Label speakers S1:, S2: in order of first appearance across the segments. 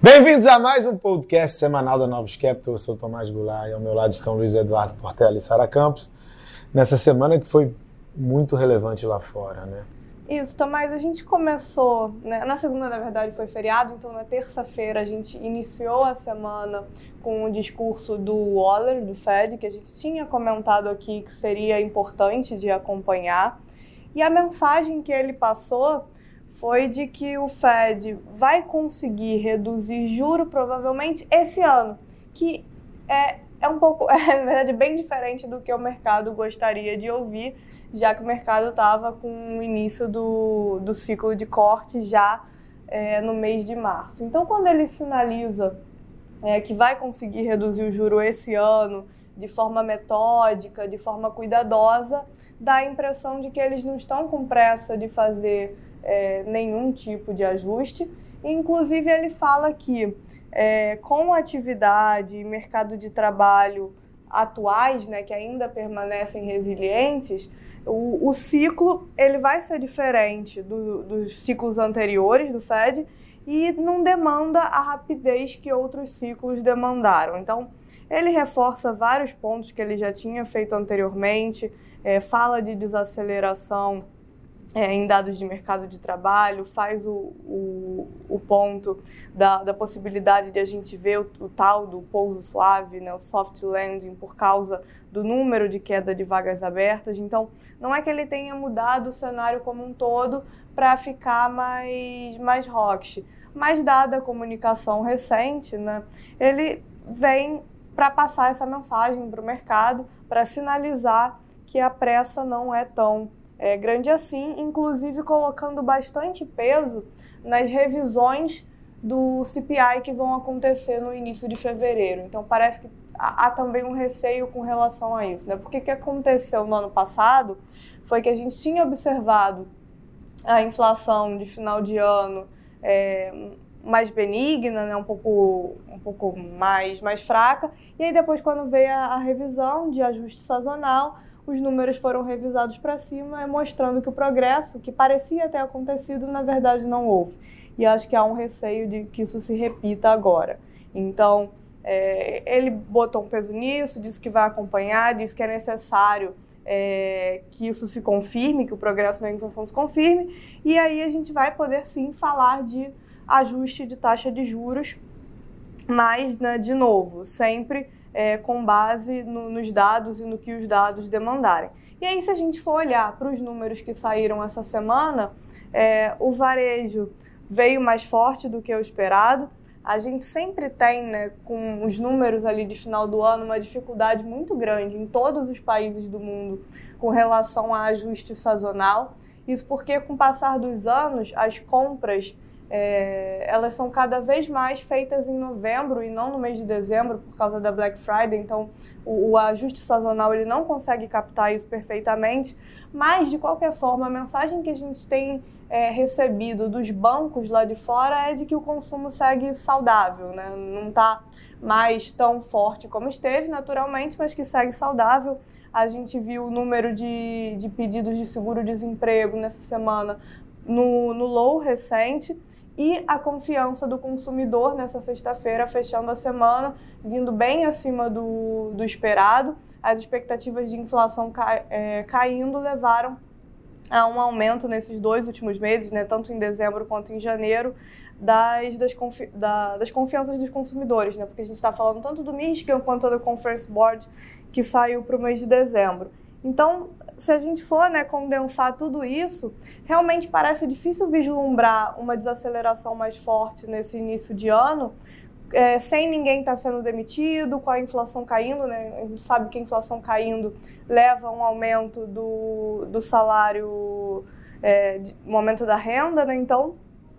S1: Bem-vindos a mais um podcast semanal da Novos Capital. Eu sou o Tomás Goulart e ao meu lado estão Luiz Eduardo Portela e Sara Campos. Nessa semana que foi muito relevante lá fora, né?
S2: Isso, Tomás, a gente começou, né, na segunda, na verdade, foi feriado, então na terça-feira a gente iniciou a semana com o discurso do Waller, do Fed, que a gente tinha comentado aqui que seria importante de acompanhar. E a mensagem que ele passou foi de que o Fed vai conseguir reduzir juro provavelmente esse ano, que é um pouco, na verdade, bem diferente do que o mercado gostaria de ouvir, já que o mercado estava com o início do ciclo de corte já no mês de março. Então, quando ele sinaliza que vai conseguir reduzir o juro esse ano de forma metódica, de forma cuidadosa, dá a impressão de que eles não estão com pressa de fazer nenhum tipo de ajuste. Inclusive, ele fala que com a atividade e mercado de trabalho atuais, né, que ainda permanecem resilientes, o ciclo ele vai ser diferente dos ciclos anteriores do Fed e não demanda a rapidez que outros ciclos demandaram. Então, ele reforça vários pontos que ele já tinha feito anteriormente, fala de desaceleração em dados de mercado de trabalho, faz o ponto da possibilidade de a gente ver o tal do pouso suave, né, o soft landing, por causa do número de queda de vagas abertas. Então, não é que ele tenha mudado o cenário como um todo para ficar mais hawkish, mas dada a comunicação recente, né, ele vem para passar essa mensagem para o mercado, para sinalizar que a pressa não é tão grande assim, inclusive colocando bastante peso nas revisões do CPI que vão acontecer no início de fevereiro. Então parece que há também um receio com relação a isso, né? Porque o que aconteceu no ano passado foi que a gente tinha observado a inflação de final de ano mais benigna, né? um pouco mais fraca, e aí depois, quando veio a revisão de ajuste sazonal, os números foram revisados para cima, mostrando que o progresso, que parecia ter acontecido, na verdade não houve. E acho que há um receio de que isso se repita agora. Então, ele botou um peso nisso, disse que vai acompanhar, disse que é necessário que isso se confirme, que o progresso da inflação se confirme, e aí a gente vai poder sim falar de ajuste de taxa de juros, mas, né, de novo, sempre com base nos dados e no que os dados demandarem. E aí, se a gente for olhar para os números que saíram essa semana, o varejo veio mais forte do que o esperado. A gente sempre tem, né, com os números ali de final do ano, uma dificuldade muito grande em todos os países do mundo com relação a ajuste sazonal. Isso porque, com o passar dos anos, as compras elas são cada vez mais feitas em novembro e não no mês de dezembro por causa da Black Friday, então o ajuste sazonal ele não consegue captar isso perfeitamente, mas de qualquer forma a mensagem que a gente tem recebido dos bancos lá de fora é de que o consumo segue saudável, né? Não está mais tão forte como esteve naturalmente, mas que segue saudável. A gente viu o número de pedidos de seguro-desemprego nessa semana no low recente, e a confiança do consumidor nessa sexta-feira, fechando a semana, vindo bem acima do esperado. As expectativas de inflação caindo levaram a um aumento nesses 2 últimos meses, né, tanto em dezembro quanto em janeiro, das confianças dos consumidores, né, porque a gente está falando tanto do Michigan quanto do Conference Board, que saiu para o mês de dezembro. Então, se a gente for, né, condensar tudo isso, realmente parece difícil vislumbrar uma desaceleração mais forte nesse início de ano, sem ninguém estar sendo demitido, com a inflação caindo, né? A gente sabe que a inflação caindo leva a um aumento do salário, um aumento da renda, né? Então,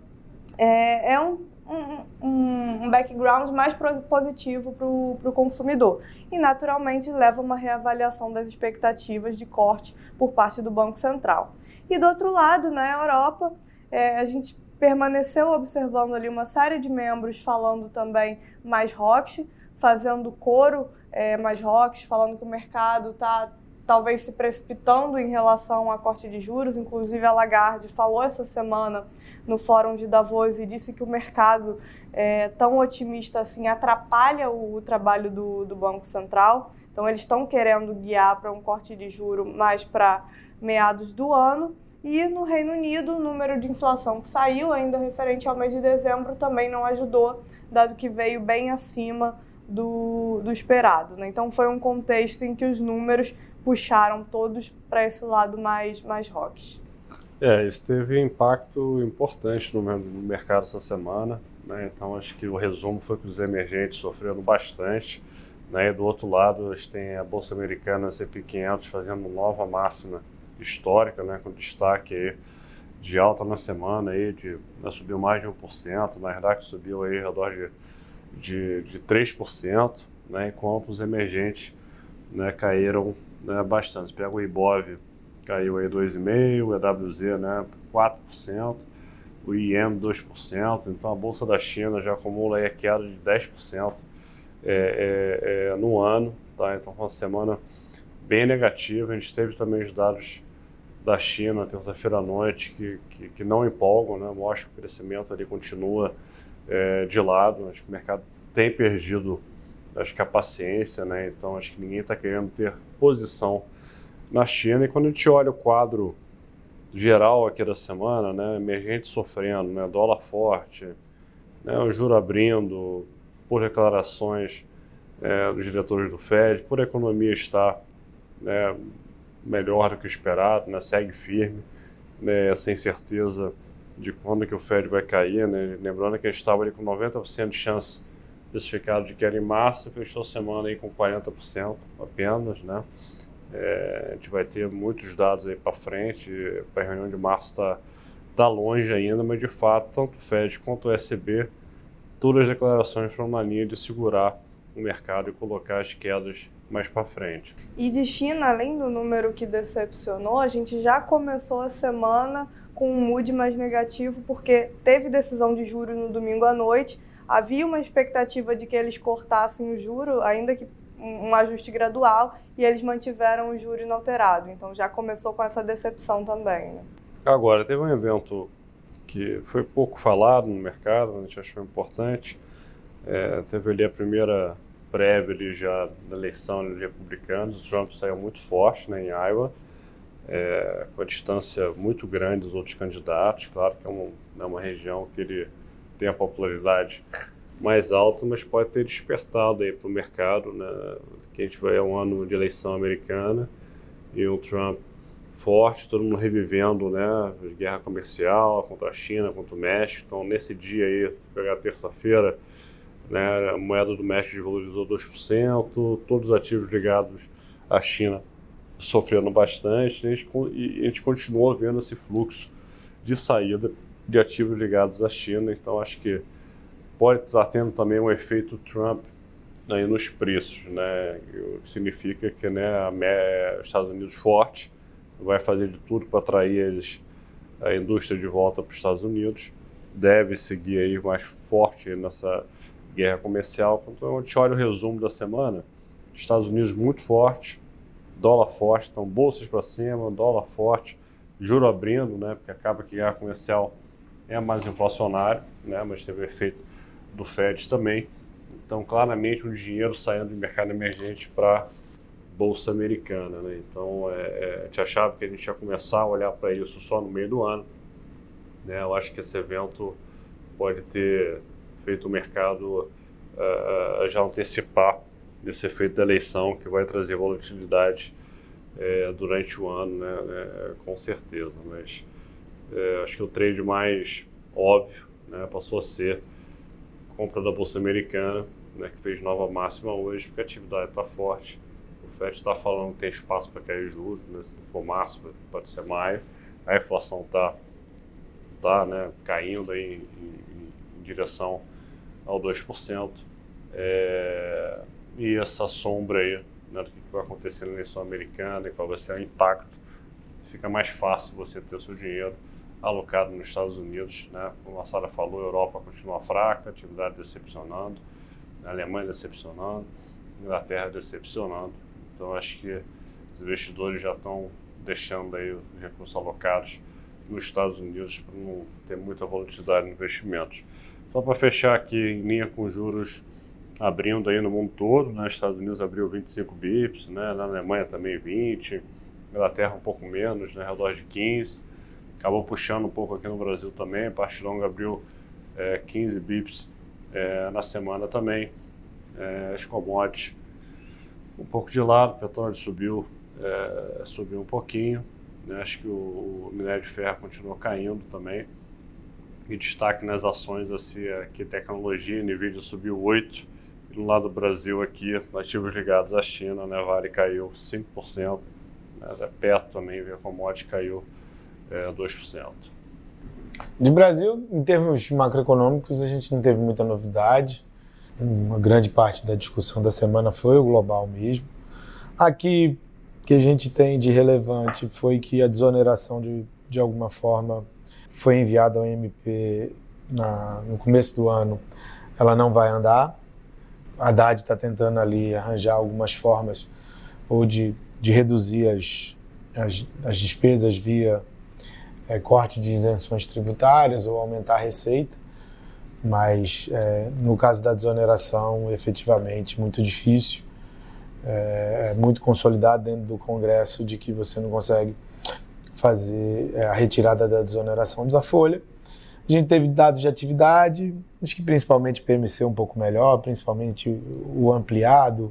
S2: um background mais positivo para o consumidor e, naturalmente, leva a uma reavaliação das expectativas de corte por parte do Banco Central. E, do outro lado, na Europa, a gente permaneceu observando ali uma série de membros falando também mais hawkish, fazendo coro mais hawkish, falando que o mercado está talvez se precipitando em relação à corte de juros. Inclusive, a Lagarde falou essa semana no Fórum de Davos e disse que o mercado tão otimista assim atrapalha o trabalho do Banco Central. Então, eles estão querendo guiar para um corte de juros mais para meados do ano. E no Reino Unido, o número de inflação que saiu, ainda referente ao mês de dezembro, também não ajudou, dado que veio bem acima do esperado, né? Então, foi um contexto em que os números puxaram todos para esse lado mais rocks.
S3: Isso teve impacto importante no mercado essa semana, né? Então, acho que o resumo foi que os emergentes sofreram bastante, né? E do outro lado, a gente tem a Bolsa Americana, a S&P 500, fazendo nova máxima histórica, né? Com destaque aí de alta na semana, subiu mais de 1%, na verdade subiu aí ao redor de 3%, né? Enquanto os emergentes, né, caíram, né, bastante. Você pega o Ibov, caiu aí 2,5%, o EWZ, né, 4%, o IEM 2%, então a Bolsa da China já acumula aí a queda de 10% no ano, tá? Então foi uma semana bem negativa. A gente teve também os dados da China terça-feira à noite que não empolgam, né? Mostra que o crescimento ali continua de lado. Acho que o mercado tem perdido, acho que a paciência, né? Então acho que ninguém está querendo ter posição na China. E quando a gente olha o quadro geral aqui da semana, né? Emergente sofrendo, né? Dólar forte, né? O juro abrindo por declarações dos diretores do Fed, por a economia estar, né, melhor do que o esperado, né? Segue firme, né? Sem certeza de quando que o Fed vai cair, né? Lembrando que a gente estava ali com 90% de chance especificado de queda em março, fechou a semana aí com 40% apenas, né? A gente vai ter muitos dados aí para frente, para a reunião de março tá longe ainda, mas de fato, tanto o Fed quanto o ECB, todas as declarações foram na linha de segurar o mercado e colocar as quedas mais para frente.
S2: E de China, além do número que decepcionou, a gente já começou a semana com um mood mais negativo, porque teve decisão de juros no domingo à noite, havia uma expectativa de que eles cortassem o juro, ainda que um ajuste gradual, e eles mantiveram o juro inalterado. Então já começou com essa decepção também, né?
S3: Agora, teve um evento que foi pouco falado no mercado, a gente achou importante. Teve ali a primeira prévia ali já da eleição dos republicanos. O Trump saiu muito forte, né, em Iowa, com a distância muito grande dos outros candidatos. Claro que é uma região que ele tem a popularidade mais alta, mas pode ter despertado aí para o mercado, né, que a gente vai a um ano de eleição americana e um Trump forte, todo mundo revivendo, né, a guerra comercial contra a China, contra o México. Então, nesse dia aí, pegar terça-feira, né, a moeda do México desvalorizou 2%, todos os ativos ligados à China sofrendo bastante, e a gente continua vendo esse fluxo de saída de ativos ligados à China. Então, acho que pode estar tendo também um efeito Trump aí nos preços, né, o que significa que, né, os Estados Unidos forte vai fazer de tudo para atrair a indústria de volta para os Estados Unidos, deve seguir aí mais forte nessa guerra comercial. Então, a gente olha o resumo da semana, Estados Unidos muito forte, dólar forte, então bolsas para cima, dólar forte, juro abrindo, né, porque acaba que a guerra comercial é mais inflacionária, né, mas teve o efeito do Fed também. Então, claramente, um dinheiro saindo do mercado emergente para Bolsa Americana, né? Então, a gente achava que a gente ia começar a olhar para isso só no meio do ano, né? Eu acho que esse evento pode ter feito o mercado já antecipar esse efeito da eleição, que vai trazer volatilidade durante o ano, né? Com certeza. Mas acho que o trade mais óbvio, né, passou a ser compra da Bolsa Americana, né, que fez nova máxima hoje, porque a atividade está forte. O Fed está falando que tem espaço para cair juros, né? Se não for março, pode ser maio. A inflação tá, né, caindo aí em direção ao 2%. E essa sombra aí, né, do que vai acontecer na eleição americana e qual vai ser o impacto, fica mais fácil você ter o seu dinheiro alocado nos Estados Unidos, né? Como a Sara falou, a Europa continua fraca, a atividade decepcionando, a Alemanha decepcionando, a Inglaterra decepcionando. Então, acho que Os investidores já estão deixando aí os recursos alocados nos Estados Unidos para não ter muita volatilidade nos investimentos. Só para fechar aqui, em linha com juros abrindo aí no mundo todo, né? Nos Estados Unidos abriu 25 bips, né? Na Alemanha também 20, Inglaterra um pouco menos, né? Ao redor de 15. Acabou puxando um pouco aqui no Brasil também, a parte longa abriu 15 bips na semana também. As commodities um pouco de lado, o petróleo subiu um pouquinho, né? Acho que o minério de ferro continuou caindo também. E destaque nas ações, assim, aqui tecnologia, Nvidia subiu 8%, e no lado do Brasil aqui, ativos ligados à China, né? Vale caiu 5%, né? Petro também, a commodity caiu 2%.
S1: De Brasil, em termos macroeconômicos, a gente não teve muita novidade. Uma grande parte da discussão da semana foi o global mesmo. Aqui, o que a gente tem de relevante foi que a desoneração, de alguma forma, foi enviada ao MP no começo do ano. Ela não vai andar. A Haddad está tentando ali arranjar algumas formas ou de reduzir as despesas via corte de isenções tributárias ou aumentar a receita, mas no caso da desoneração, efetivamente, muito difícil, muito consolidado dentro do Congresso de que você não consegue fazer a retirada da desoneração da folha. A gente teve dados de atividade, acho que principalmente PMC um pouco melhor, principalmente o ampliado,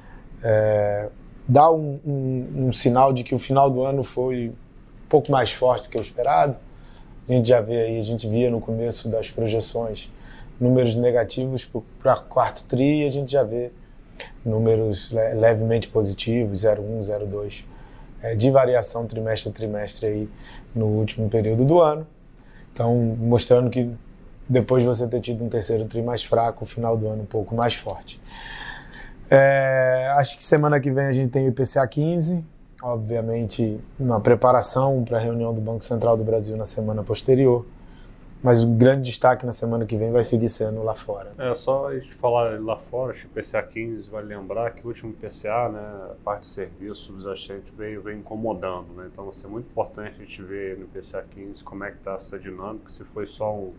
S1: dá um sinal de que o final do ano foi um pouco mais forte do que o esperado. A gente já vê aí, a gente via no começo das projeções números negativos para quarto tri, e a gente já vê números levemente positivos, 0,1, 0,2, de variação trimestre a trimestre aí no último período do ano. Então, mostrando que depois de você ter tido um terceiro tri mais fraco, o final do ano um pouco mais forte. Acho que semana que vem a gente tem o IPCA 15, obviamente uma preparação para a reunião do Banco Central do Brasil na semana posterior, mas o grande destaque na semana que vem vai seguir sendo lá fora.
S3: Só a gente falar lá fora, acho que o IPCA 15, vale lembrar que o último IPCA, né, a parte de serviços subjacente veio incomodando, né? Então vai ser muito importante a gente ver no IPCA 15 como é que está essa dinâmica, se foi só um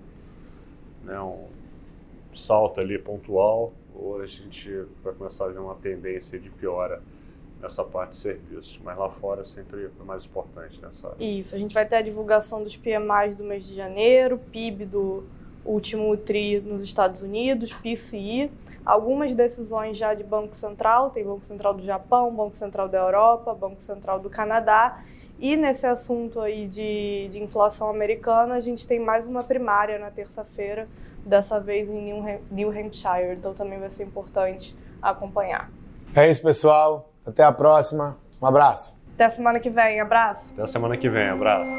S3: salto ali pontual, ou a gente vai começar a ver uma tendência de piora nessa parte de serviços, mas lá fora é sempre mais importante nessa.
S2: Isso, a gente vai ter a divulgação dos PMIs do mês de janeiro, PIB do último TRI nos Estados Unidos, PCI, algumas decisões já de Banco Central, tem Banco Central do Japão, Banco Central da Europa, Banco Central do Canadá, e nesse assunto aí de inflação americana, a gente tem mais uma primária na terça-feira, dessa vez em New Hampshire, então também vai ser importante acompanhar.
S1: É isso, pessoal. Até a próxima. Um abraço.
S2: Até semana que vem. Abraço.
S3: Até semana que vem. Abraço.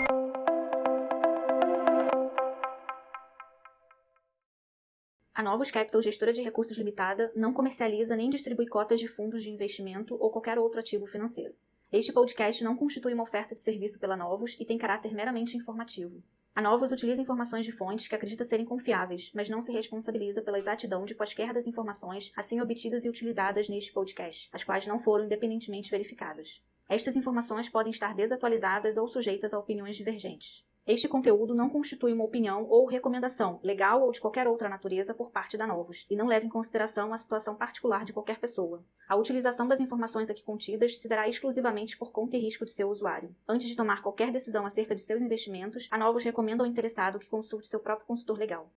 S4: A Novos Capital, gestora de recursos limitada, não comercializa nem distribui cotas de fundos de investimento ou qualquer outro ativo financeiro. Este podcast não constitui uma oferta de serviço pela Novos e tem caráter meramente informativo. A Novos utiliza informações de fontes que acredita serem confiáveis, mas não se responsabiliza pela exatidão de quaisquer das informações assim obtidas e utilizadas neste podcast, as quais não foram independentemente verificadas. Estas informações podem estar desatualizadas ou sujeitas a opiniões divergentes. Este conteúdo não constitui uma opinião ou recomendação, legal ou de qualquer outra natureza, por parte da Novos, e não leva em consideração a situação particular de qualquer pessoa. A utilização das informações aqui contidas se dará exclusivamente por conta e risco de seu usuário. Antes de tomar qualquer decisão acerca de seus investimentos, a Novos recomenda ao interessado que consulte seu próprio consultor legal.